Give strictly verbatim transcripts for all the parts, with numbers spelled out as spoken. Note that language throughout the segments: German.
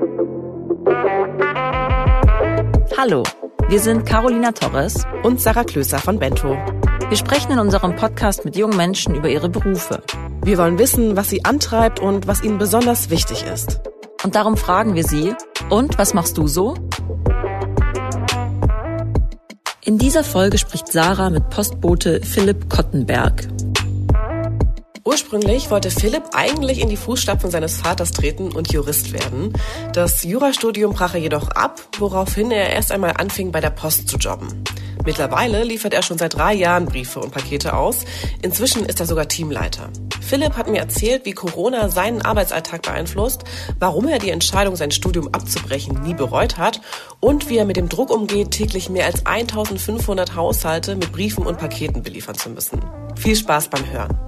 Hallo, wir sind Carolina Torres und Sarah Klöser von Bento. Wir sprechen in unserem Podcast mit jungen Menschen über ihre Berufe. Wir wollen wissen, was sie antreibt und was ihnen besonders wichtig ist. Und darum fragen wir sie, und was machst du so? In dieser Folge spricht Sarah mit Postbote Philipp Kottenberg. Ursprünglich wollte Philipp eigentlich in die Fußstapfen seines Vaters treten und Jurist werden. Das Jurastudium brach er jedoch ab, woraufhin er erst einmal anfing, bei der Post zu jobben. Mittlerweile liefert er schon seit drei Jahren Briefe und Pakete aus. Inzwischen ist er sogar Teamleiter. Philipp hat mir erzählt, wie Corona seinen Arbeitsalltag beeinflusst, warum er die Entscheidung, sein Studium abzubrechen, nie bereut hat und wie er mit dem Druck umgeht, täglich mehr als eintausendfünfhundert Haushalte mit Briefen und Paketen beliefern zu müssen. Viel Spaß beim Hören.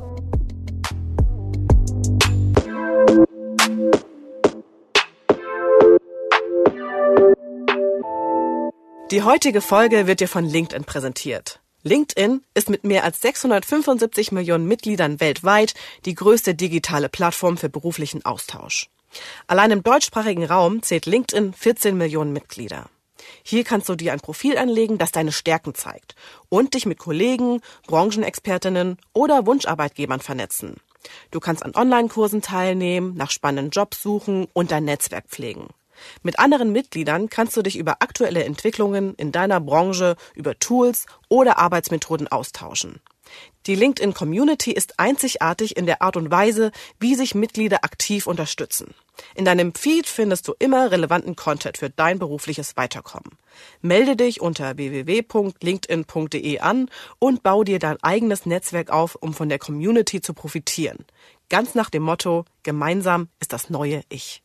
Die heutige Folge wird dir von LinkedIn präsentiert. LinkedIn ist mit mehr als sechshundertfünfundsiebzig Millionen Mitgliedern weltweit die größte digitale Plattform für beruflichen Austausch. Allein im deutschsprachigen Raum zählt LinkedIn vierzehn Millionen Mitglieder. Hier kannst du dir ein Profil anlegen, das deine Stärken zeigt und dich mit Kollegen, Branchenexpertinnen oder Wunscharbeitgebern vernetzen. Du kannst an Online-Kursen teilnehmen, nach spannenden Jobs suchen und dein Netzwerk pflegen. Mit anderen Mitgliedern kannst du dich über aktuelle Entwicklungen in deiner Branche, über Tools oder Arbeitsmethoden austauschen. Die LinkedIn-Community ist einzigartig in der Art und Weise, wie sich Mitglieder aktiv unterstützen. In deinem Feed findest du immer relevanten Content für dein berufliches Weiterkommen. Melde dich unter w w w punkt linkedin punkt d e an und bau dir dein eigenes Netzwerk auf, um von der Community zu profitieren. Ganz nach dem Motto, gemeinsam ist das neue Ich.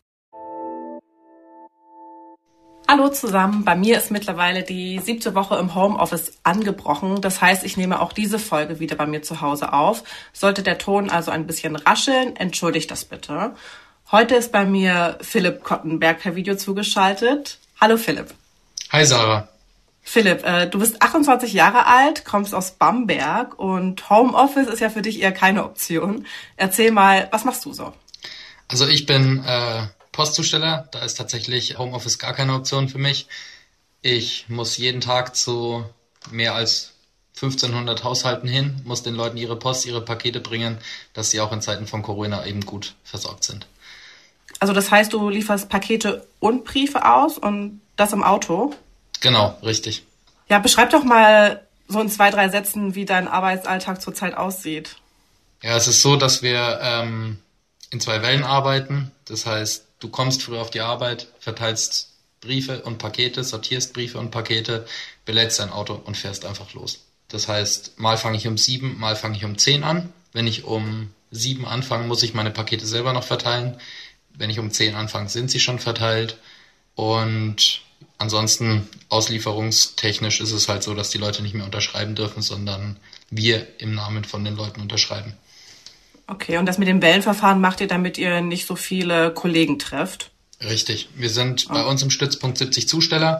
Hallo zusammen, bei mir ist mittlerweile die siebte Woche im Homeoffice angebrochen. Das heißt, ich nehme auch diese Folge wieder bei mir zu Hause auf. Sollte der Ton also ein bisschen rascheln, entschuldigt das bitte. Heute ist bei mir Philipp Kottenberg per Video zugeschaltet. Hallo Philipp. Hi Sarah. Philipp, äh, du bist achtundzwanzig Jahre alt, kommst aus Bamberg und Homeoffice ist ja für dich eher keine Option. Erzähl mal, was machst du so? Also ich bin äh, Postzusteller, da ist tatsächlich Homeoffice gar keine Option für mich. Ich muss jeden Tag zu mehr als fünfzehnhundert Haushalten hin, muss den Leuten ihre Post, ihre Pakete bringen, dass sie auch in Zeiten von Corona eben gut versorgt sind. Also das heißt, du lieferst Pakete und Briefe aus und das im Auto? Genau, richtig. Ja, beschreib doch mal so in zwei, drei Sätzen, wie dein Arbeitsalltag zurzeit aussieht. Ja, es ist so, dass wir ähm, in zwei Wellen arbeiten. Das heißt, du kommst früh auf die Arbeit, verteilst Briefe und Pakete, sortierst Briefe und Pakete, belädst dein Auto und fährst einfach los. Das heißt, mal fange ich um sieben, mal fange ich um zehn an. Wenn ich um sieben anfange, muss ich meine Pakete selber noch verteilen. Wenn ich um zehn anfange, sind sie schon verteilt. Und ansonsten auslieferungstechnisch ist es halt so, dass die Leute nicht mehr unterschreiben dürfen, sondern wir im Namen von den Leuten unterschreiben. Okay, und das mit dem Wellenverfahren macht ihr, damit ihr nicht so viele Kollegen trefft? Richtig. Wir sind oh. bei uns im Stützpunkt siebzig Zusteller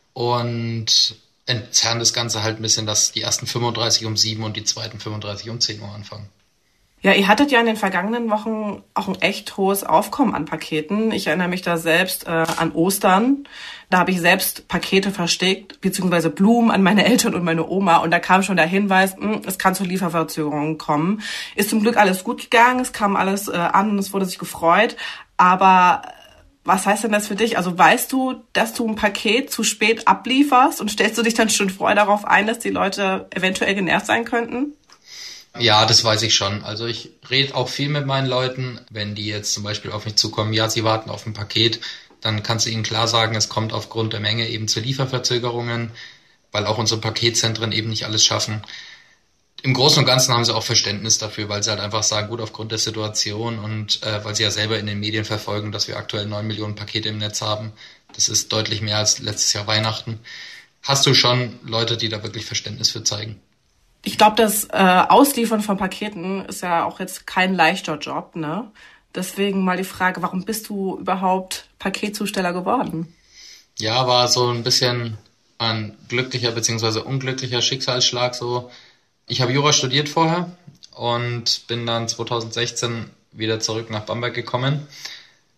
und entzerren das Ganze halt ein bisschen, dass die ersten fünfunddreißig um sieben und die zweiten fünfunddreißig um zehn Uhr anfangen. Ja, ihr hattet ja in den vergangenen Wochen auch ein echt hohes Aufkommen an Paketen. Ich erinnere mich da selbst äh, an Ostern. Da habe ich selbst Pakete versteckt, beziehungsweise Blumen an meine Eltern und meine Oma. Und da kam schon der Hinweis, mh, es kann zu Lieferverzögerungen kommen. Ist zum Glück alles gut gegangen, es kam alles äh, an und es wurde sich gefreut. Aber was heißt denn das für dich? Also weißt du, dass du ein Paket zu spät ablieferst und stellst du dich dann schon vorher darauf ein, dass die Leute eventuell genervt sein könnten? Ja, das weiß ich schon. Also ich rede auch viel mit meinen Leuten. Wenn die jetzt zum Beispiel auf mich zukommen, ja, sie warten auf ein Paket, dann kannst du ihnen klar sagen, es kommt aufgrund der Menge eben zu Lieferverzögerungen, weil auch unsere Paketzentren eben nicht alles schaffen. Im Großen und Ganzen haben sie auch Verständnis dafür, weil sie halt einfach sagen, gut, aufgrund der Situation und äh, weil sie ja selber in den Medien verfolgen, dass wir aktuell neun Millionen Pakete im Netz haben. Das ist deutlich mehr als letztes Jahr Weihnachten. Hast du schon Leute, die da wirklich Verständnis für zeigen? Ich glaube, das äh, Ausliefern von Paketen ist ja auch jetzt kein leichter Job, ne? Deswegen mal die Frage, warum bist du überhaupt Paketzusteller geworden? Ja, war so ein bisschen ein glücklicher bzw. unglücklicher Schicksalsschlag. So, ich habe Jura studiert vorher und bin dann zwanzig sechzehn wieder zurück nach Bamberg gekommen.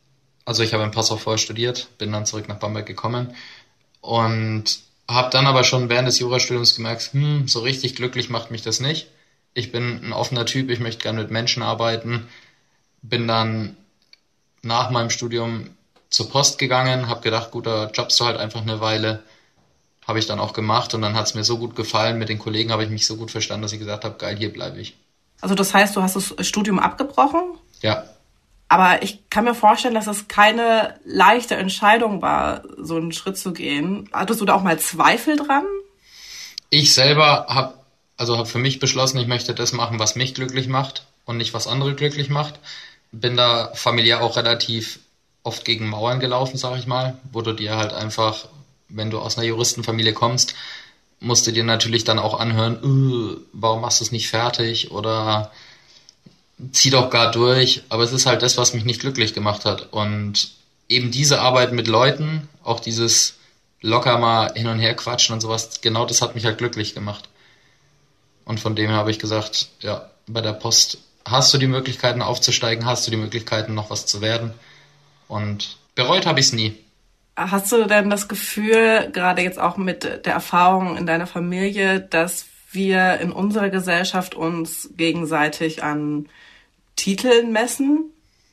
Also ich habe in Passau vorher studiert, bin dann zurück nach Bamberg gekommen und habe dann aber schon während des Jurastudiums gemerkt, hm, so richtig glücklich macht mich das nicht. Ich bin ein offener Typ, ich möchte gerne mit Menschen arbeiten. Bin dann nach meinem Studium zur Post gegangen, habe gedacht, gut, da jobst du halt einfach eine Weile. Habe ich dann auch gemacht und dann hat es mir so gut gefallen. Mit den Kollegen habe ich mich so gut verstanden, dass ich gesagt habe, geil, hier bleibe ich. Also das heißt, du hast das Studium abgebrochen? Ja. Aber ich kann mir vorstellen, dass es keine leichte Entscheidung war, so einen Schritt zu gehen. Hattest du da auch mal Zweifel dran? Ich selber habe also hab für mich beschlossen, ich möchte das machen, was mich glücklich macht und nicht, was andere glücklich macht. Bin da familiär auch relativ oft gegen Mauern gelaufen, sag ich mal, wo du dir halt einfach, wenn du aus einer Juristenfamilie kommst, musst du dir natürlich dann auch anhören, uh, warum machst du es nicht fertig oder zieh doch gar durch. Aber es ist halt das, was mich nicht glücklich gemacht hat. Und eben diese Arbeit mit Leuten, auch dieses locker mal hin und her quatschen und sowas, genau das hat mich halt glücklich gemacht. Und von dem her habe ich gesagt, ja, bei der Post hast du die Möglichkeiten aufzusteigen, hast du die Möglichkeiten noch was zu werden. Und bereut habe ich es nie. Hast du denn das Gefühl, gerade jetzt auch mit der Erfahrung in deiner Familie, dass wir in unserer Gesellschaft uns gegenseitig an Titeln messen?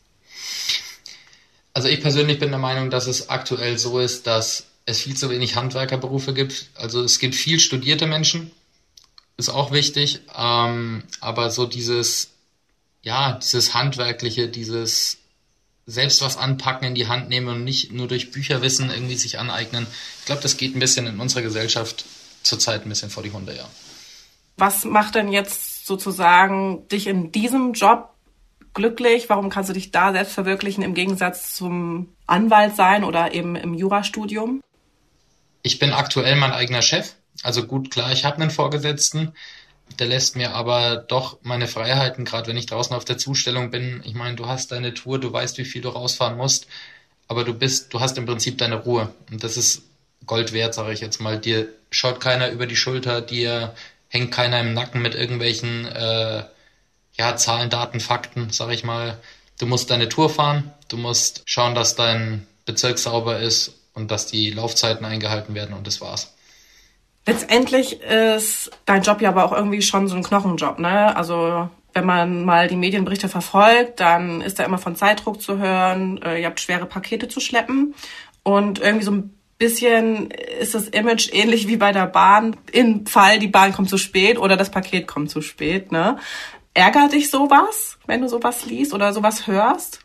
Also ich persönlich bin der Meinung, dass es aktuell so ist, dass es viel zu wenig Handwerkerberufe gibt. Also es gibt viel studierte Menschen, ist auch wichtig, ähm, aber so dieses, ja, dieses Handwerkliche, dieses selbst was anpacken, in die Hand nehmen und nicht nur durch Bücherwissen irgendwie sich aneignen. Ich glaube, das geht ein bisschen in unserer Gesellschaft zurzeit ein bisschen vor die Hunde, ja. Was macht denn jetzt sozusagen dich in diesem Job glücklich? Warum kannst du dich da selbst verwirklichen im Gegensatz zum Anwalt sein oder eben im Jurastudium? Ich bin aktuell mein eigener Chef. Also gut, klar, ich habe einen Vorgesetzten. Der lässt mir aber doch meine Freiheiten, gerade wenn ich draußen auf der Zustellung bin. Ich meine, du hast deine Tour, du weißt, wie viel du rausfahren musst, aber du bist, du hast im Prinzip deine Ruhe. Und das ist Gold wert, sage ich jetzt mal. Dir schaut keiner über die Schulter, dir hängt keiner im Nacken mit irgendwelchen äh, ja, Zahlen, Daten, Fakten, sag ich mal. Du musst deine Tour fahren, du musst schauen, dass dein Bezirk sauber ist und dass die Laufzeiten eingehalten werden und das war's. Letztendlich ist dein Job ja aber auch irgendwie schon so ein Knochenjob, ne? Also wenn man mal die Medienberichte verfolgt, dann ist da immer von Zeitdruck zu hören, äh, ihr habt schwere Pakete zu schleppen und irgendwie so ein bisschen ist das Image ähnlich wie bei der Bahn, im Fall die Bahn kommt zu spät oder das Paket kommt zu spät, ne? Ärgert dich sowas, wenn du sowas liest oder sowas hörst?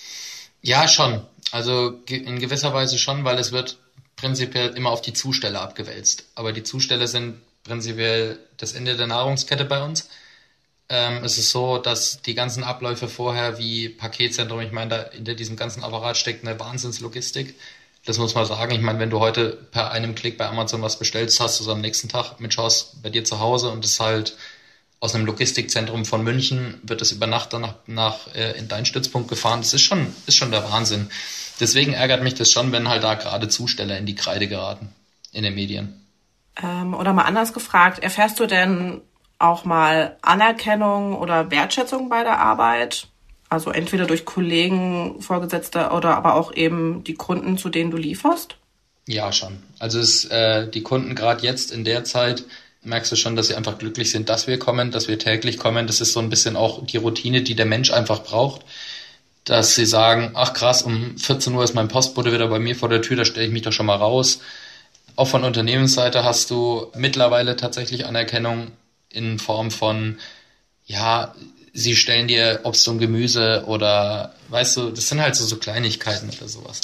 Ja, schon. Also in gewisser Weise schon, weil es wird prinzipiell immer auf die Zusteller abgewälzt. Aber die Zusteller sind prinzipiell das Ende der Nahrungskette bei uns. Ähm, es ist so, dass die ganzen Abläufe vorher wie Paketzentrum, ich meine, da hinter diesem ganzen Apparat steckt eine Wahnsinnslogistik. Das muss man sagen. Ich meine, wenn du heute per einem Klick bei Amazon was bestellst, hast du es am nächsten Tag mit Chance bei dir zu Hause und es ist halt aus einem Logistikzentrum von München wird es über Nacht dann nach, nach äh, in deinen Stützpunkt gefahren. Das ist schon, ist schon der Wahnsinn. Deswegen ärgert mich das schon, wenn halt da gerade Zusteller in die Kreide geraten in den Medien. Ähm, oder mal anders gefragt, erfährst du denn auch mal Anerkennung oder Wertschätzung bei der Arbeit? Also entweder durch Kollegen, Vorgesetzte oder aber auch eben die Kunden, zu denen du lieferst? Ja, schon. Also es, äh, die Kunden gerade jetzt in der Zeit merkst du schon, dass sie einfach glücklich sind, dass wir kommen, dass wir täglich kommen. Das ist so ein bisschen auch die Routine, die der Mensch einfach braucht. Dass sie sagen, ach krass, um vierzehn Uhr ist mein Postbote wieder bei mir vor der Tür, da stelle ich mich doch schon mal raus. Auch von Unternehmensseite hast du mittlerweile tatsächlich Anerkennung in Form von, ja, sie stellen dir Obst und Gemüse oder, weißt du, das sind halt so, so Kleinigkeiten oder sowas.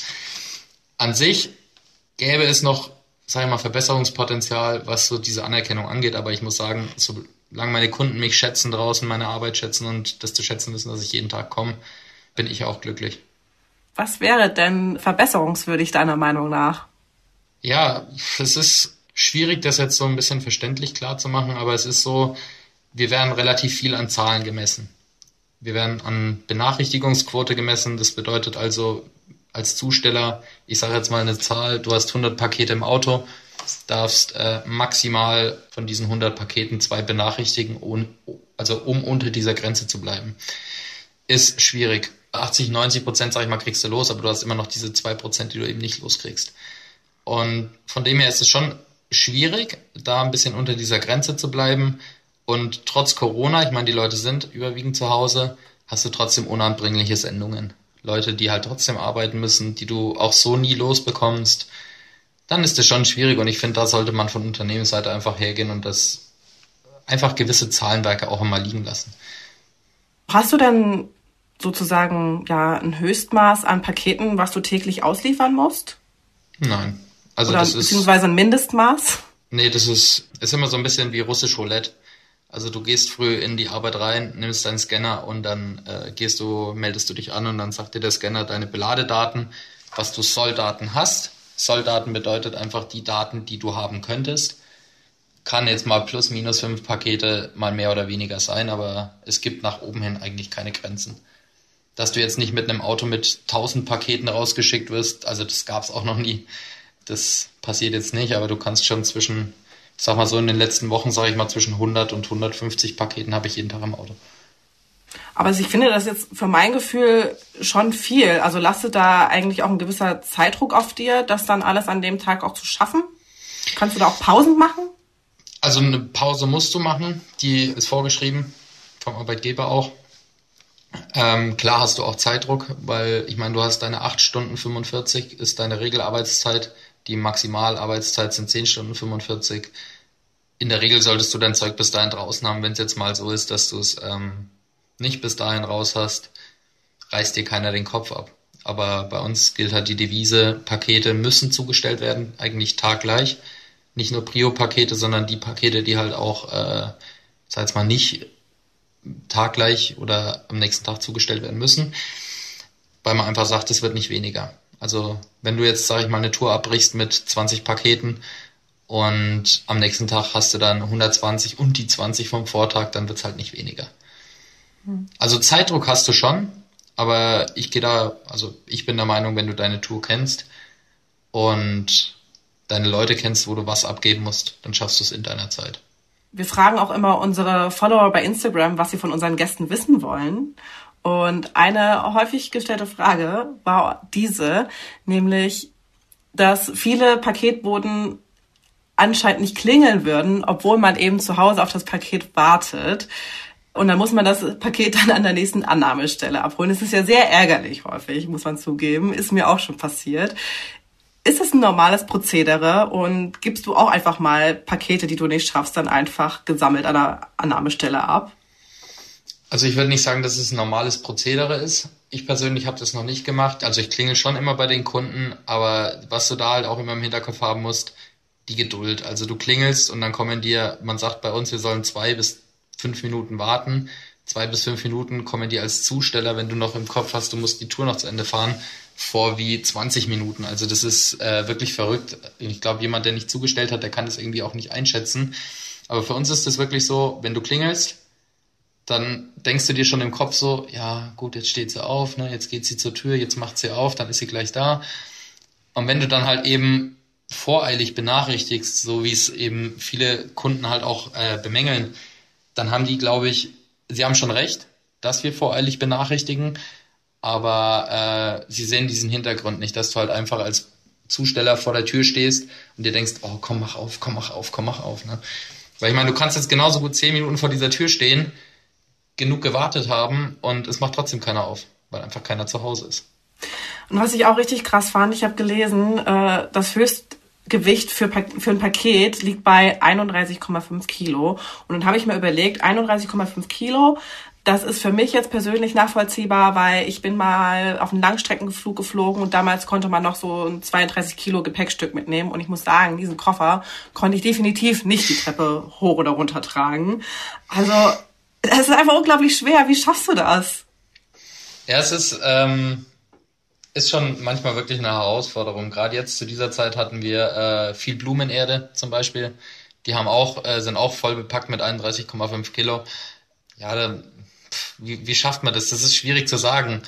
An sich gäbe es noch, sag ich mal, Verbesserungspotenzial, was so diese Anerkennung angeht, aber ich muss sagen, solange meine Kunden mich schätzen draußen, meine Arbeit schätzen und das zu schätzen wissen, dass ich jeden Tag komme, bin ich auch glücklich. Was wäre denn verbesserungswürdig deiner Meinung nach? Ja, es ist schwierig, das jetzt so ein bisschen verständlich klar zu machen, aber es ist so, wir werden relativ viel an Zahlen gemessen. Wir werden an Benachrichtigungsquote gemessen, das bedeutet also als Zusteller, ich sage jetzt mal eine Zahl, du hast hundert Pakete im Auto, darfst äh, maximal von diesen hundert Paketen zwei benachrichtigen, um, also um unter dieser Grenze zu bleiben. ist schwierig. achtzig, neunzig Prozent, sag ich mal, kriegst du los, aber du hast immer noch diese zwei Prozent, die du eben nicht loskriegst. Und von dem her ist es schon schwierig, da ein bisschen unter dieser Grenze zu bleiben. Und trotz Corona, ich meine, die Leute sind überwiegend zu Hause, hast du trotzdem unanbringliche Sendungen. Leute, die halt trotzdem arbeiten müssen, die du auch so nie losbekommst. Dann ist das schon schwierig und ich finde, da sollte man von Unternehmensseite einfach hergehen und das einfach gewisse Zahlenwerke auch immer liegen lassen. Hast du denn sozusagen ja ein Höchstmaß an Paketen, was du täglich ausliefern musst? Nein. Also Oder das ist, beziehungsweise ein Mindestmaß? Nee, das ist, ist immer so ein bisschen wie russisch Roulette. Also du gehst früh in die Arbeit rein, nimmst deinen Scanner und dann äh, gehst du, meldest du dich an und dann sagt dir der Scanner deine Beladedaten, was du Solldaten hast. Solldaten bedeutet einfach die Daten, die du haben könntest. Kann jetzt mal plus minus fünf Pakete mal mehr oder weniger sein, aber es gibt nach oben hin eigentlich keine Grenzen. Dass du jetzt nicht mit einem Auto mit tausend Paketen rausgeschickt wirst, also das gab's auch noch nie. Das passiert jetzt nicht, aber du kannst schon zwischen, ich sag mal so in den letzten Wochen, sage ich mal, zwischen hundert und hundertfünfzig Paketen habe ich jeden Tag im Auto. Aber ich finde das jetzt für mein Gefühl schon viel. Also lastet da eigentlich auch ein gewisser Zeitdruck auf dir, das dann alles an dem Tag auch zu schaffen? Kannst du da auch Pausen machen? Also eine Pause musst du machen, die ist vorgeschrieben, vom Arbeitgeber auch. Ähm, klar hast du auch Zeitdruck, weil ich meine, du hast deine acht Stunden fünfundvierzig, ist deine Regelarbeitszeit, die Maximalarbeitszeit sind zehn Stunden fünfundvierzig. In der Regel solltest du dein Zeug bis dahin draußen haben, wenn es jetzt mal so ist, dass du es ähm, nicht bis dahin raus hast, reißt dir keiner den Kopf ab. Aber bei uns gilt halt die Devise, Pakete müssen zugestellt werden, eigentlich taggleich. Nicht nur Prio-Pakete, sondern die Pakete, die halt auch, äh, sag jetzt mal, nicht taggleich oder am nächsten Tag zugestellt werden müssen, weil man einfach sagt, es wird nicht weniger. Also wenn du jetzt, sag ich mal, eine Tour abbrichst mit zwanzig Paketen und am nächsten Tag hast du dann hundertzwanzig und die zwanzig vom Vortag, dann wird's halt nicht weniger. Hm. Also Zeitdruck hast du schon, aber ich gehe da, also ich bin der Meinung, wenn du deine Tour kennst und deine Leute kennst, wo du was abgeben musst, dann schaffst du es in deiner Zeit. Wir fragen auch immer unsere Follower bei Instagram, was sie von unseren Gästen wissen wollen. Und eine häufig gestellte Frage war diese, nämlich, dass viele Paketboten anscheinend nicht klingeln würden, obwohl man eben zu Hause auf das Paket wartet. Und dann muss man das Paket dann an der nächsten Annahmestelle abholen. Das ist ja sehr ärgerlich häufig, muss man zugeben. Ist mir auch schon passiert. Ist es ein normales Prozedere und gibst du auch einfach mal Pakete, die du nicht schaffst, dann einfach gesammelt an der Annahmestelle ab? Also ich würde nicht sagen, dass es ein normales Prozedere ist. Ich persönlich habe das noch nicht gemacht. Also ich klingel schon immer bei den Kunden, aber was du da halt auch immer im Hinterkopf haben musst, die Geduld. Also du klingelst und dann kommen dir, man sagt bei uns, wir sollen zwei bis fünf Minuten warten. Zwei bis fünf Minuten kommen dir als Zusteller, wenn du noch im Kopf hast, du musst die Tour noch zu Ende fahren, vor wie zwanzig Minuten. Also das ist äh, wirklich verrückt. Ich glaube, jemand, der nicht zugestellt hat, der kann das irgendwie auch nicht einschätzen. Aber für uns ist das wirklich so, wenn du klingelst, dann denkst du dir schon im Kopf so, ja gut, jetzt steht sie auf, ne, jetzt geht sie zur Tür, jetzt macht sie auf, dann ist sie gleich da. Und wenn du dann halt eben voreilig benachrichtigst, so wie es eben viele Kunden halt auch äh, bemängeln, dann haben die, glaube ich, sie haben schon recht, dass wir voreilig benachrichtigen, aber äh, sie sehen diesen Hintergrund nicht, dass du halt einfach als Zusteller vor der Tür stehst und dir denkst, oh komm, mach auf, komm, mach auf, komm, mach auf. Ne? Weil ich meine, du kannst jetzt genauso gut zehn Minuten vor dieser Tür stehen, genug gewartet haben und es macht trotzdem keiner auf, weil einfach keiner zu Hause ist. Und was ich auch richtig krass fand, ich habe gelesen, äh, das Höchstgewicht für, für ein Paket liegt bei einunddreißig Komma fünf Kilo. Und dann habe ich mir überlegt, einunddreißig Komma fünf Kilo, das ist für mich jetzt persönlich nachvollziehbar, weil ich bin mal auf einen Langstreckenflug geflogen und damals konnte man noch so ein zweiunddreißig Kilo Gepäckstück mitnehmen. Und ich muss sagen, diesen Koffer konnte ich definitiv nicht die Treppe hoch oder runter tragen. Also es ist einfach unglaublich schwer. Wie schaffst du das? Ja, es ist, ähm, ist schon manchmal wirklich eine Herausforderung. Gerade jetzt zu dieser Zeit hatten wir äh, viel Blumenerde zum Beispiel. Die haben auch, äh, sind auch voll bepackt mit einunddreißig Komma fünf Kilo. Ja, da, pff, wie, wie schafft man das? Das ist schwierig zu sagen.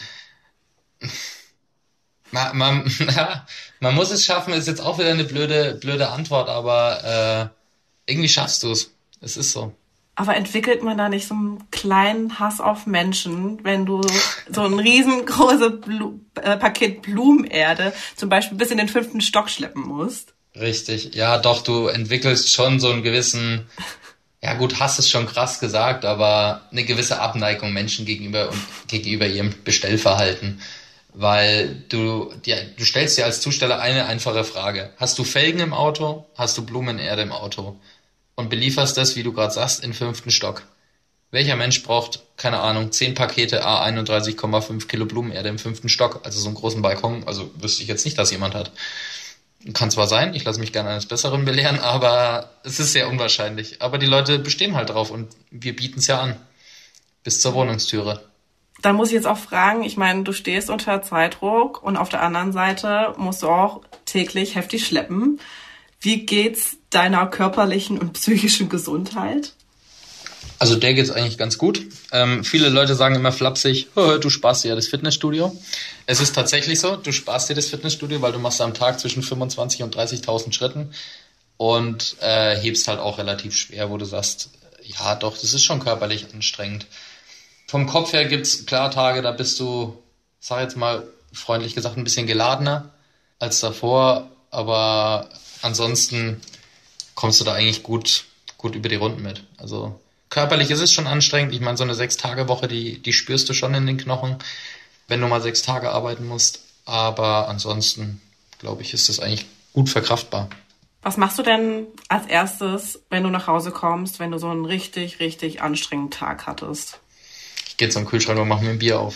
Man, man, ja, man muss es schaffen, ist jetzt auch wieder eine blöde, blöde Antwort, aber äh, irgendwie schaffst du es. Es ist so. Aber entwickelt man da nicht so einen kleinen Hass auf Menschen, wenn du so ein riesengroßes Blu- äh, Paket Blumenerde zum Beispiel bis in den fünften Stock schleppen musst? Richtig, ja doch, du entwickelst schon so einen gewissen, ja gut, Hass ist schon krass gesagt, aber eine gewisse Abneigung Menschen gegenüber und gegenüber ihrem Bestellverhalten. Weil du, ja, du stellst dir als Zusteller eine einfache Frage. Hast du Felgen im Auto? Hast du Blumenerde im Auto? Und belieferst das, wie du gerade sagst, in fünften Stock. Welcher Mensch braucht, keine Ahnung, zehn Pakete A einunddreißig Komma fünf Kilo Blumenerde im fünften Stock? Also so einen großen Balkon, also wüsste ich jetzt nicht, dass jemand hat. Kann zwar sein, ich lasse mich gerne eines Besseren belehren, aber es ist sehr unwahrscheinlich. Aber die Leute bestehen halt drauf und wir bieten es ja an. Bis zur Wohnungstüre. Dann muss ich jetzt auch fragen, ich meine, du stehst unter Zeitdruck und auf der anderen Seite musst du auch täglich heftig schleppen. Wie geht's deiner körperlichen und psychischen Gesundheit? Also der geht's eigentlich ganz gut. Ähm, viele Leute sagen immer flapsig, oh, du sparst dir ja das Fitnessstudio. Es ist tatsächlich so, du sparst dir das Fitnessstudio, weil du machst am Tag zwischen fünfundzwanzig und dreißigtausend Schritten und äh, hebst halt auch relativ schwer, wo du sagst, ja doch, das ist schon körperlich anstrengend. Vom Kopf her gibt's klar Tage, da bist du, sag jetzt mal freundlich gesagt, ein bisschen geladener als davor, aber ansonsten kommst du da eigentlich gut, gut über die Runden mit. Also körperlich ist es schon anstrengend. Ich meine, so eine Sechs-Tage-Woche, die, die spürst du schon in den Knochen, wenn du mal sechs Tage arbeiten musst. Aber ansonsten, glaube ich, ist das eigentlich gut verkraftbar. Was machst du denn als erstes, wenn du nach Hause kommst, wenn du so einen richtig, richtig anstrengenden Tag hattest? Ich gehe zum Kühlschrank und mache mir ein Bier auf.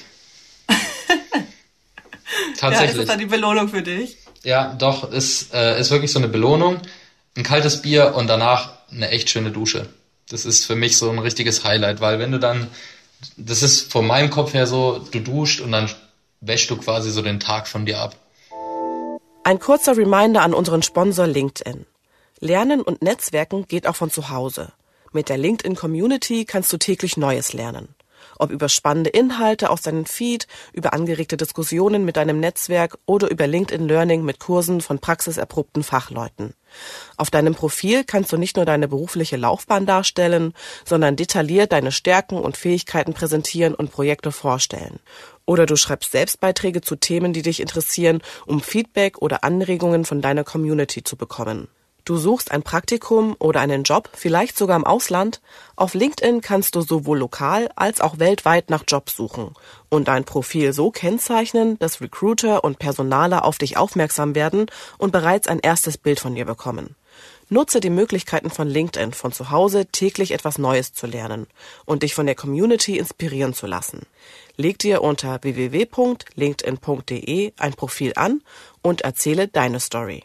Tatsächlich. Ja, ist das dann die Belohnung für dich? Ja, doch, ist, äh, ist wirklich so eine Belohnung. Ein kaltes Bier und danach eine echt schöne Dusche. Das ist für mich so ein richtiges Highlight, weil wenn du dann, das ist von meinem Kopf her so, du duscht und dann wäschst du quasi so den Tag von dir ab. Ein kurzer Reminder an unseren Sponsor LinkedIn. Lernen und Netzwerken geht auch von zu Hause. Mit der LinkedIn-Community kannst du täglich Neues lernen. Ob über spannende Inhalte aus deinem Feed, über angeregte Diskussionen mit deinem Netzwerk oder über LinkedIn Learning mit Kursen von praxiserprobten Fachleuten. Auf deinem Profil kannst du nicht nur deine berufliche Laufbahn darstellen, sondern detailliert deine Stärken und Fähigkeiten präsentieren und Projekte vorstellen. Oder du schreibst Selbstbeiträge zu Themen, die dich interessieren, um Feedback oder Anregungen von deiner Community zu bekommen. Du suchst ein Praktikum oder einen Job, vielleicht sogar im Ausland. Auf LinkedIn kannst du sowohl lokal als auch weltweit nach Jobs suchen und dein Profil so kennzeichnen, dass Recruiter und Personaler auf dich aufmerksam werden und bereits ein erstes Bild von dir bekommen. Nutze die Möglichkeiten von LinkedIn, von zu Hause täglich etwas Neues zu lernen und dich von der Community inspirieren zu lassen. Leg dir unter w w w punkt linkedin punkt d e ein Profil an und erzähle deine Story.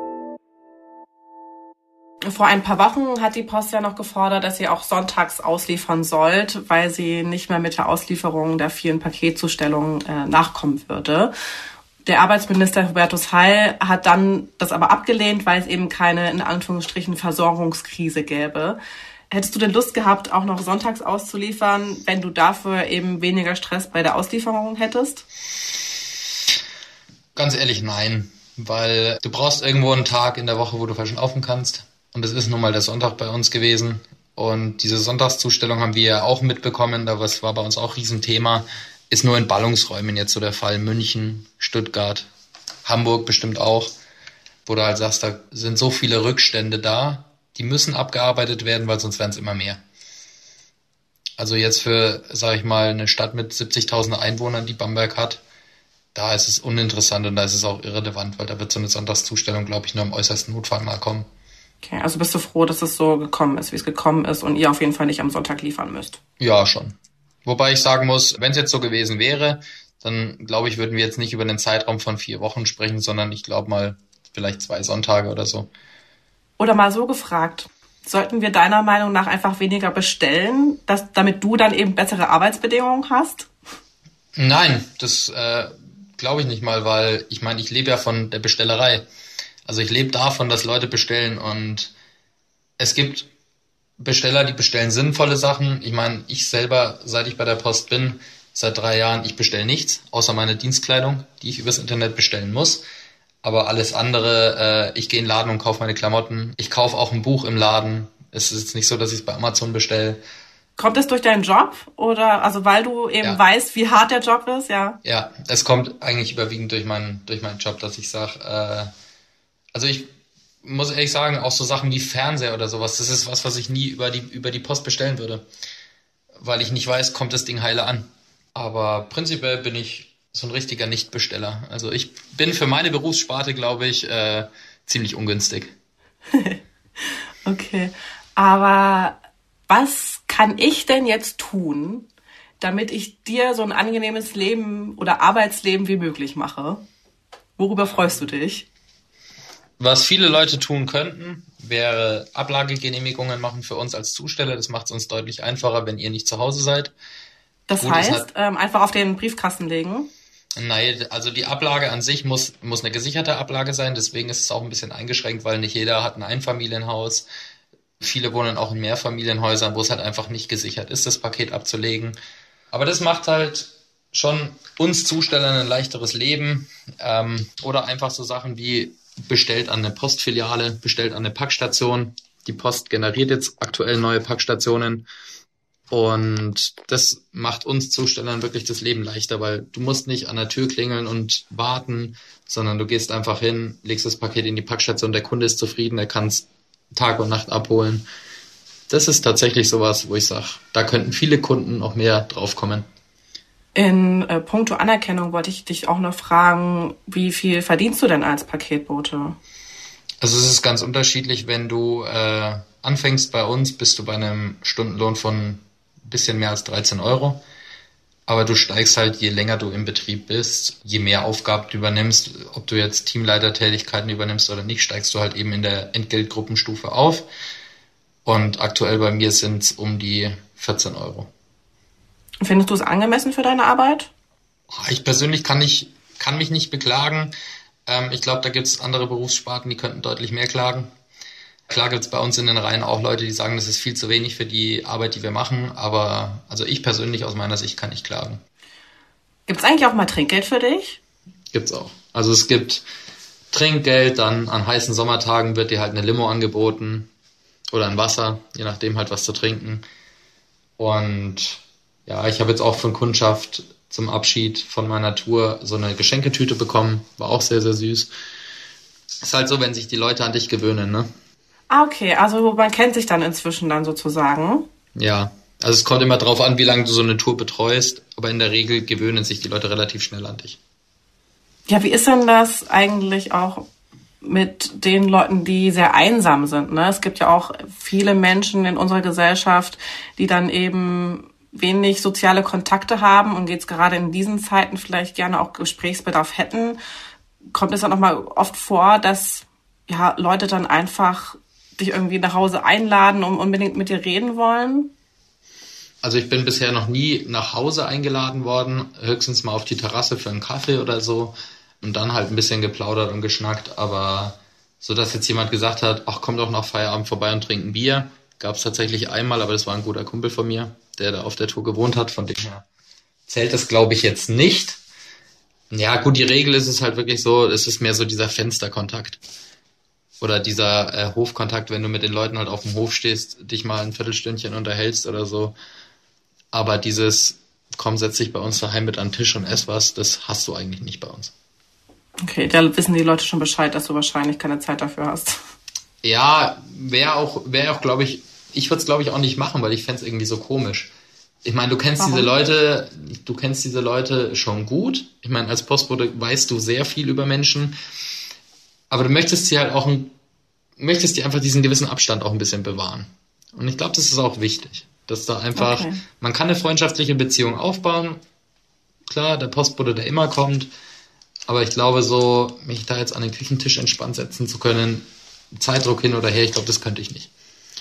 Vor ein paar Wochen hat die Post ja noch gefordert, dass ihr auch sonntags ausliefern sollt, weil sie nicht mehr mit der Auslieferung der vielen Paketzustellungen äh, nachkommen würde. Der Arbeitsminister Hubertus Heil hat dann das aber abgelehnt, weil es eben keine, in Anführungsstrichen, Versorgungskrise gäbe. Hättest du denn Lust gehabt, auch noch sonntags auszuliefern, wenn du dafür eben weniger Stress bei der Auslieferung hättest? Ganz ehrlich, nein. Weil du brauchst irgendwo einen Tag in der Woche, wo du verschnaufen kannst. Und es ist nun mal der Sonntag bei uns gewesen. Und diese Sonntagszustellung haben wir ja auch mitbekommen, aber es war bei uns auch Riesenthema. Ist nur in Ballungsräumen jetzt so der Fall. München, Stuttgart, Hamburg bestimmt auch. Wo du halt sagst, da sind so viele Rückstände da, die müssen abgearbeitet werden, weil sonst werden es immer mehr. Also jetzt für, sag ich mal, eine Stadt mit siebzigtausend Einwohnern, die Bamberg hat, da ist es uninteressant und da ist es auch irrelevant, weil da wird so eine Sonntagszustellung, glaube ich, nur im äußersten Notfall mal kommen. Okay, also bist du froh, dass es so gekommen ist, wie es gekommen ist und ihr auf jeden Fall nicht am Sonntag liefern müsst? Ja, schon. Wobei ich sagen muss, wenn es jetzt so gewesen wäre, dann glaube ich, würden wir jetzt nicht über einen Zeitraum von vier Wochen sprechen, sondern ich glaube mal vielleicht zwei Sonntage oder so. Oder mal so gefragt, sollten wir deiner Meinung nach einfach weniger bestellen, dass, damit du dann eben bessere Arbeitsbedingungen hast? Nein, das äh, glaube ich nicht mal, weil ich meine, ich lebe ja von der Bestellerei. Also ich lebe davon, dass Leute bestellen und es gibt Besteller, die bestellen sinnvolle Sachen. Ich meine, ich selber, seit ich bei der Post bin, seit drei Jahren, ich bestelle nichts, außer meine Dienstkleidung, die ich übers Internet bestellen muss. Aber alles andere, äh, ich gehe in den Laden und kaufe meine Klamotten. Ich kaufe auch ein Buch im Laden. Es ist nicht so, dass ich es bei Amazon bestelle. Kommt es durch deinen Job oder also weil du eben ja. weißt, wie hart der Job ist, ja? Ja, es kommt eigentlich überwiegend durch meinen durch meinen Job, dass ich sage, äh, also ich muss ehrlich sagen, auch so Sachen wie Fernseher oder sowas, das ist was, was ich nie über die über die Post bestellen würde, weil ich nicht weiß, kommt das Ding heile an. Aber prinzipiell bin ich so ein richtiger Nichtbesteller. Also ich bin für meine Berufssparte, glaube ich, äh, ziemlich ungünstig. Okay, aber was kann ich denn jetzt tun, damit ich dir so ein angenehmes Leben oder Arbeitsleben wie möglich mache? Worüber freust du dich? Was viele Leute tun könnten, wäre Ablagegenehmigungen machen für uns als Zusteller. Das macht es uns deutlich einfacher, wenn ihr nicht zu Hause seid. Das Gut, heißt, halt, ähm, einfach auf den Briefkasten legen? Nein, also die Ablage an sich muss muss eine gesicherte Ablage sein. Deswegen ist es auch ein bisschen eingeschränkt, weil nicht jeder hat ein Einfamilienhaus. Viele wohnen auch in Mehrfamilienhäusern, wo es halt einfach nicht gesichert ist, das Paket abzulegen. Aber das macht halt schon uns Zustellern ein leichteres Leben. Ähm, oder einfach so Sachen wie bestellt an eine Postfiliale, bestellt an eine Packstation. Die Post generiert jetzt aktuell neue Packstationen. Und das macht uns Zustellern wirklich das Leben leichter, weil du musst nicht an der Tür klingeln und warten, sondern du gehst einfach hin, legst das Paket in die Packstation, der Kunde ist zufrieden, er kann es Tag und Nacht abholen. Das ist tatsächlich sowas, wo ich sage, da könnten viele Kunden noch mehr drauf kommen. In äh, puncto Anerkennung wollte ich dich auch noch fragen, wie viel verdienst du denn als Paketbote? Also es ist ganz unterschiedlich, wenn du äh, anfängst bei uns, bist du bei einem Stundenlohn von ein bisschen mehr als dreizehn Euro. Aber du steigst halt, je länger du im Betrieb bist, je mehr Aufgaben du übernimmst, ob du jetzt Teamleitertätigkeiten übernimmst oder nicht, steigst du halt eben in der Entgeltgruppenstufe auf. Und aktuell bei mir sind es um die vierzehn Euro. Findest du es angemessen für deine Arbeit? Ich persönlich kann, nicht, kann mich nicht beklagen. Ähm, ich glaube, da gibt es andere Berufssparten, die könnten deutlich mehr klagen. Klar gibt es bei uns in den Reihen auch Leute, die sagen, das ist viel zu wenig für die Arbeit, die wir machen. Aber also ich persönlich aus meiner Sicht kann nicht klagen. Gibt es eigentlich auch mal Trinkgeld für dich? Gibt's auch. Also es gibt Trinkgeld, dann an heißen Sommertagen wird dir halt eine Limo angeboten oder ein Wasser, je nachdem halt was zu trinken. Und ja, ich habe jetzt auch von Kundschaft zum Abschied von meiner Tour so eine Geschenketüte bekommen. War auch sehr, sehr süß. Ist halt so, wenn sich die Leute an dich gewöhnen, ne? Ah, okay. Also man kennt sich dann inzwischen dann sozusagen. Ja, also es kommt immer drauf an, wie lange du so eine Tour betreust. Aber in der Regel gewöhnen sich die Leute relativ schnell an dich. Ja, wie ist denn das eigentlich auch mit den Leuten, die sehr einsam sind, ne? Es gibt ja auch viele Menschen in unserer Gesellschaft, die dann eben wenig soziale Kontakte haben und jetzt gerade in diesen Zeiten vielleicht gerne auch Gesprächsbedarf hätten. Kommt es dann auch mal oft vor, dass ja Leute dann einfach dich irgendwie nach Hause einladen und unbedingt mit dir reden wollen? Also ich bin bisher noch nie nach Hause eingeladen worden, höchstens mal auf die Terrasse für einen Kaffee oder so und dann halt ein bisschen geplaudert und geschnackt, aber so, dass jetzt jemand gesagt hat, ach, komm doch nach Feierabend vorbei und trink ein Bier, gab es tatsächlich einmal, aber das war ein guter Kumpel von mir, der da auf der Tour gewohnt hat, von dem her zählt das, glaube ich, jetzt nicht. Ja, gut, die Regel ist es halt wirklich so, es ist mehr so dieser Fensterkontakt oder dieser äh, Hofkontakt, wenn du mit den Leuten halt auf dem Hof stehst, dich mal ein Viertelstündchen unterhältst oder so. Aber dieses, komm, setz dich bei uns daheim mit an den Tisch und ess was, das hast du eigentlich nicht bei uns. Okay, da wissen die Leute schon Bescheid, dass du wahrscheinlich keine Zeit dafür hast. Ja, wäre auch, wäre auch, glaube ich, ich würde es, glaube ich, auch nicht machen, weil ich fände es irgendwie so komisch. Ich meine, du kennst Warum? diese Leute, du kennst diese Leute schon gut. Ich meine, als Postbote weißt du sehr viel über Menschen, aber du möchtest sie halt auch, ein, möchtest dir einfach diesen gewissen Abstand auch ein bisschen bewahren. Und ich glaube, das ist auch wichtig, dass da einfach, okay. Man kann eine freundschaftliche Beziehung aufbauen. Klar, der Postbote, der immer kommt, aber ich glaube so, mich da jetzt an den Küchentisch entspannt setzen zu können, Zeitdruck hin oder her, ich glaube, das könnte ich nicht.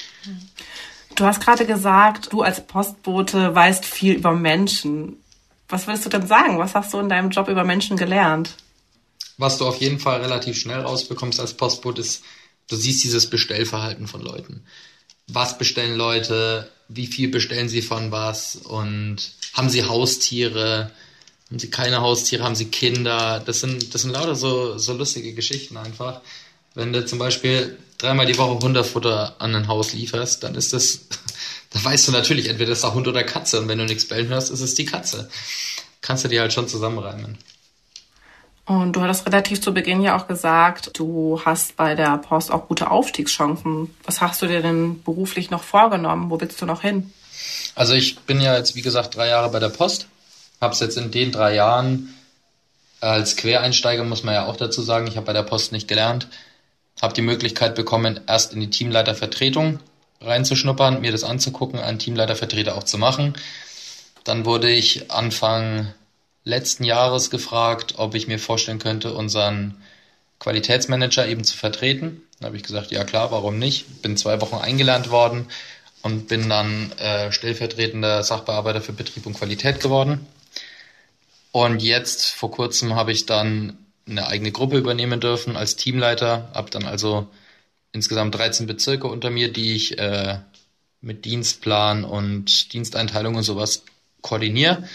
Du hast gerade gesagt, du als Postbote weißt viel über Menschen. Was würdest du denn sagen? Was hast du in deinem Job über Menschen gelernt? Was du auf jeden Fall relativ schnell rausbekommst als Postbote ist, du siehst dieses Bestellverhalten von Leuten. Was bestellen Leute? Wie viel bestellen sie von was? Und haben sie Haustiere? Haben sie keine Haustiere? Haben sie Kinder? Das sind, das sind lauter so, so lustige Geschichten einfach. Wenn du zum Beispiel dreimal die Woche Hundefutter an ein Haus lieferst, dann ist das, da weißt du natürlich, entweder ist da Hund oder Katze. Und wenn du nichts bellen hörst, ist es die Katze. Kannst du die halt schon zusammenreimen. Und du hattest relativ zu Beginn ja auch gesagt, du hast bei der Post auch gute Aufstiegschancen. Was hast du dir denn beruflich noch vorgenommen? Wo willst du noch hin? Also ich bin ja jetzt, wie gesagt, drei Jahre bei der Post. Hab's jetzt in den drei Jahren als Quereinsteiger, muss man ja auch dazu sagen, ich habe bei der Post nicht gelernt, habe die Möglichkeit bekommen, erst in die Teamleitervertretung reinzuschnuppern, mir das anzugucken, einen Teamleitervertreter auch zu machen. Dann wurde ich Anfang letzten Jahres gefragt, ob ich mir vorstellen könnte, unseren Qualitätsmanager eben zu vertreten. Da habe ich gesagt, ja klar, warum nicht? Bin zwei Wochen eingelernt worden und bin dann äh, stellvertretender Sachbearbeiter für Betrieb und Qualität geworden. Und jetzt, vor kurzem, habe ich dann eine eigene Gruppe übernehmen dürfen als Teamleiter. Habe dann also insgesamt dreizehn Bezirke unter mir, die ich äh, mit Dienstplan und Diensteinteilung und sowas koordiniere.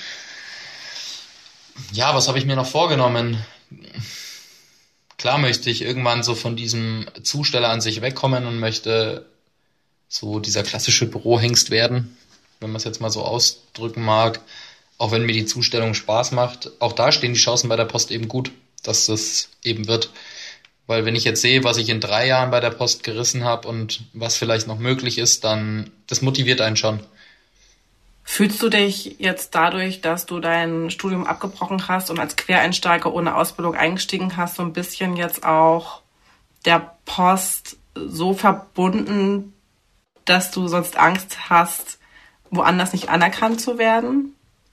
Ja, was habe ich mir noch vorgenommen? Klar möchte ich irgendwann so von diesem Zusteller an sich wegkommen und möchte so dieser klassische Bürohengst werden, wenn man es jetzt mal so ausdrücken mag. Auch wenn mir die Zustellung Spaß macht, auch da stehen die Chancen bei der Post eben gut, dass das eben wird. Weil wenn ich jetzt sehe, was ich in drei Jahren bei der Post gerissen habe und was vielleicht noch möglich ist, dann das motiviert einen schon. Fühlst du dich jetzt dadurch, dass du dein Studium abgebrochen hast und als Quereinsteiger ohne Ausbildung eingestiegen hast, so ein bisschen jetzt auch der Post so verbunden, dass du sonst Angst hast, woanders nicht anerkannt zu werden?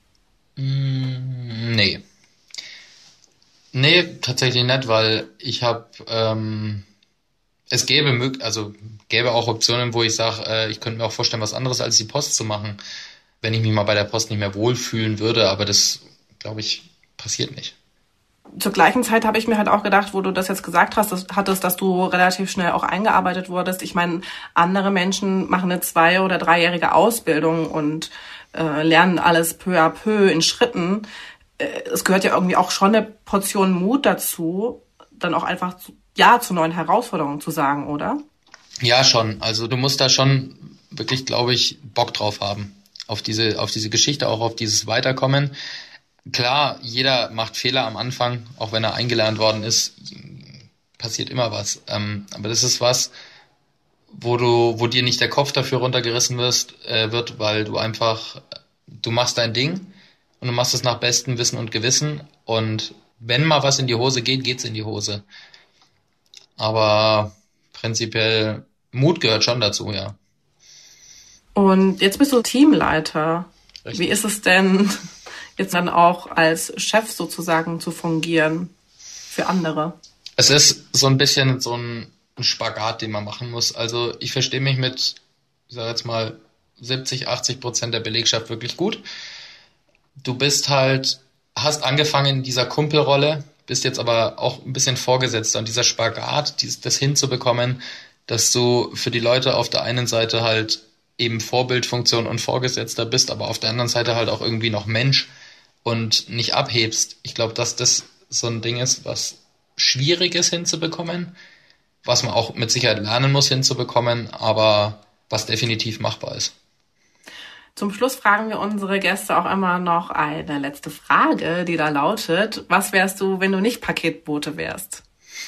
Mm, nee. Nee, tatsächlich nicht, weil ich habe, ähm, es gäbe, also gäbe auch Optionen, wo ich sage, äh, ich könnte mir auch vorstellen, was anderes als die Post zu machen, wenn ich mich mal bei der Post nicht mehr wohlfühlen würde, aber das, glaube ich, passiert nicht. Zur gleichen Zeit habe ich mir halt auch gedacht, wo du das jetzt gesagt hast, dass, hattest, dass du relativ schnell auch eingearbeitet wurdest. Ich meine, andere Menschen machen eine zwei- oder dreijährige Ausbildung und äh, lernen alles peu à peu in Schritten. Äh, es gehört ja irgendwie auch schon eine Portion Mut dazu, dann auch einfach zu, ja zu neuen Herausforderungen zu sagen, oder? Ja, schon. Also du musst da schon wirklich, glaube ich, Bock drauf haben. Auf diese, auf diese Geschichte, auch auf dieses Weiterkommen. Klar, jeder macht Fehler am Anfang, auch wenn er eingelernt worden ist, passiert immer was. Ähm, aber das ist was, wo du, wo dir nicht der Kopf dafür runtergerissen wirst, äh, wird, weil du einfach, du machst dein Ding und du machst es nach bestem Wissen und Gewissen. Und wenn mal was in die Hose geht, geht's in die Hose. Aber prinzipiell, Mut gehört schon dazu, ja. Und jetzt bist du Teamleiter. Richtig. Wie ist es denn, jetzt dann auch als Chef sozusagen zu fungieren für andere? Es ist so ein bisschen so ein Spagat, den man machen muss. Also ich verstehe mich mit, ich sage jetzt mal, siebzig, achtzig Prozent der Belegschaft wirklich gut. Du bist halt, hast angefangen in dieser Kumpelrolle, bist jetzt aber auch ein bisschen Vorgesetzter. Und dieser Spagat, dies, das hinzubekommen, dass du für die Leute auf der einen Seite halt eben Vorbildfunktion und Vorgesetzter bist, aber auf der anderen Seite halt auch irgendwie noch Mensch und nicht abhebst. Ich glaube, dass das so ein Ding ist, was schwierig ist hinzubekommen, was man auch mit Sicherheit lernen muss hinzubekommen, aber was definitiv machbar ist. Zum Schluss fragen wir unsere Gäste auch immer noch eine letzte Frage, die da lautet: Was wärst du, wenn du nicht Paketbote wärst?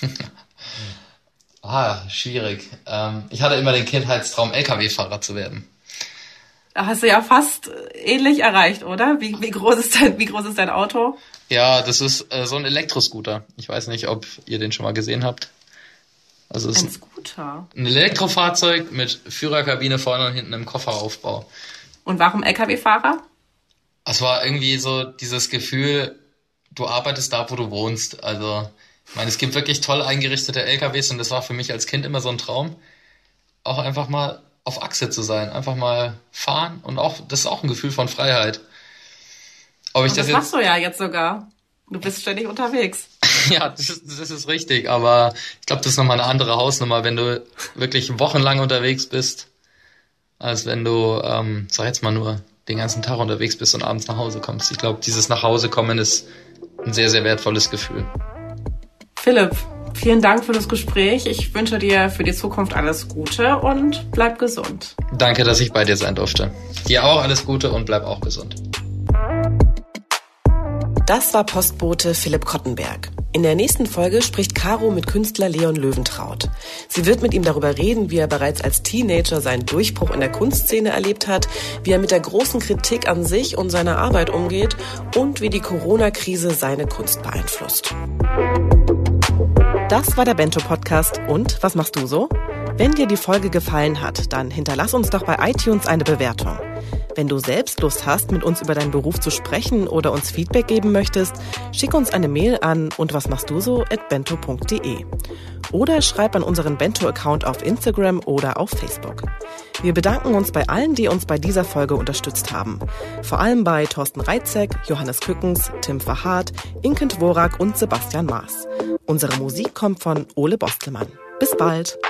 Ah, schwierig. Ähm, ich hatte immer den Kindheitstraum, L K W-Fahrer zu werden. Da hast du ja fast ähnlich erreicht, oder? Wie, wie groß ist dein, wie groß ist dein Auto? Ja, das ist äh, so ein Elektroscooter. Ich weiß nicht, ob ihr den schon mal gesehen habt. Also es Ein ist Scooter. ein Elektrofahrzeug mit Führerkabine vorne und hinten im Kofferaufbau. Und warum L K W-Fahrer? Es war irgendwie so dieses Gefühl, du arbeitest da, wo du wohnst. Also ich meine, es gibt wirklich toll eingerichtete L K Ws und das war für mich als Kind immer so ein Traum, auch einfach mal auf Achse zu sein, einfach mal fahren und auch das ist auch ein Gefühl von Freiheit. Ob ich und das, das jetzt machst du ja jetzt sogar. Du bist ständig unterwegs. Ja, das ist, das ist richtig, aber ich glaube, das ist nochmal eine andere Hausnummer, wenn du wirklich wochenlang unterwegs bist, als wenn du, ähm, sag jetzt mal nur, den ganzen Tag unterwegs bist und abends nach Hause kommst. Ich glaube, dieses Nachhausekommen ist ein sehr, sehr wertvolles Gefühl. Philipp, Vielen Dank für das Gespräch. Ich wünsche dir für die Zukunft alles Gute und bleib gesund. Danke, dass ich bei dir sein durfte. Dir auch alles Gute und bleib auch gesund. Das war Postbote Philipp Kottenberg. In der nächsten Folge spricht Caro mit Künstler Leon Löwentraut. Sie wird mit ihm darüber reden, wie er bereits als Teenager seinen Durchbruch in der Kunstszene erlebt hat, wie er mit der großen Kritik an sich und seiner Arbeit umgeht und wie die Corona-Krise seine Kunst beeinflusst. Das war der Bento-Podcast. Und was machst du so? Wenn dir die Folge gefallen hat, dann hinterlass uns doch bei iTunes eine Bewertung. Wenn du selbst Lust hast, mit uns über deinen Beruf zu sprechen oder uns Feedback geben möchtest, schick uns eine Mail an und was machst du so at bento punkt de oder schreib an unseren Bento-Account auf Instagram oder auf Facebook. Wir bedanken uns bei allen, die uns bei dieser Folge unterstützt haben. Vor allem bei Thorsten Reitzek, Johannes Kückens, Tim Verhardt, Inken Dvorak und Sebastian Maas. Unsere Musik kommt von Ole Bostelmann. Bis bald!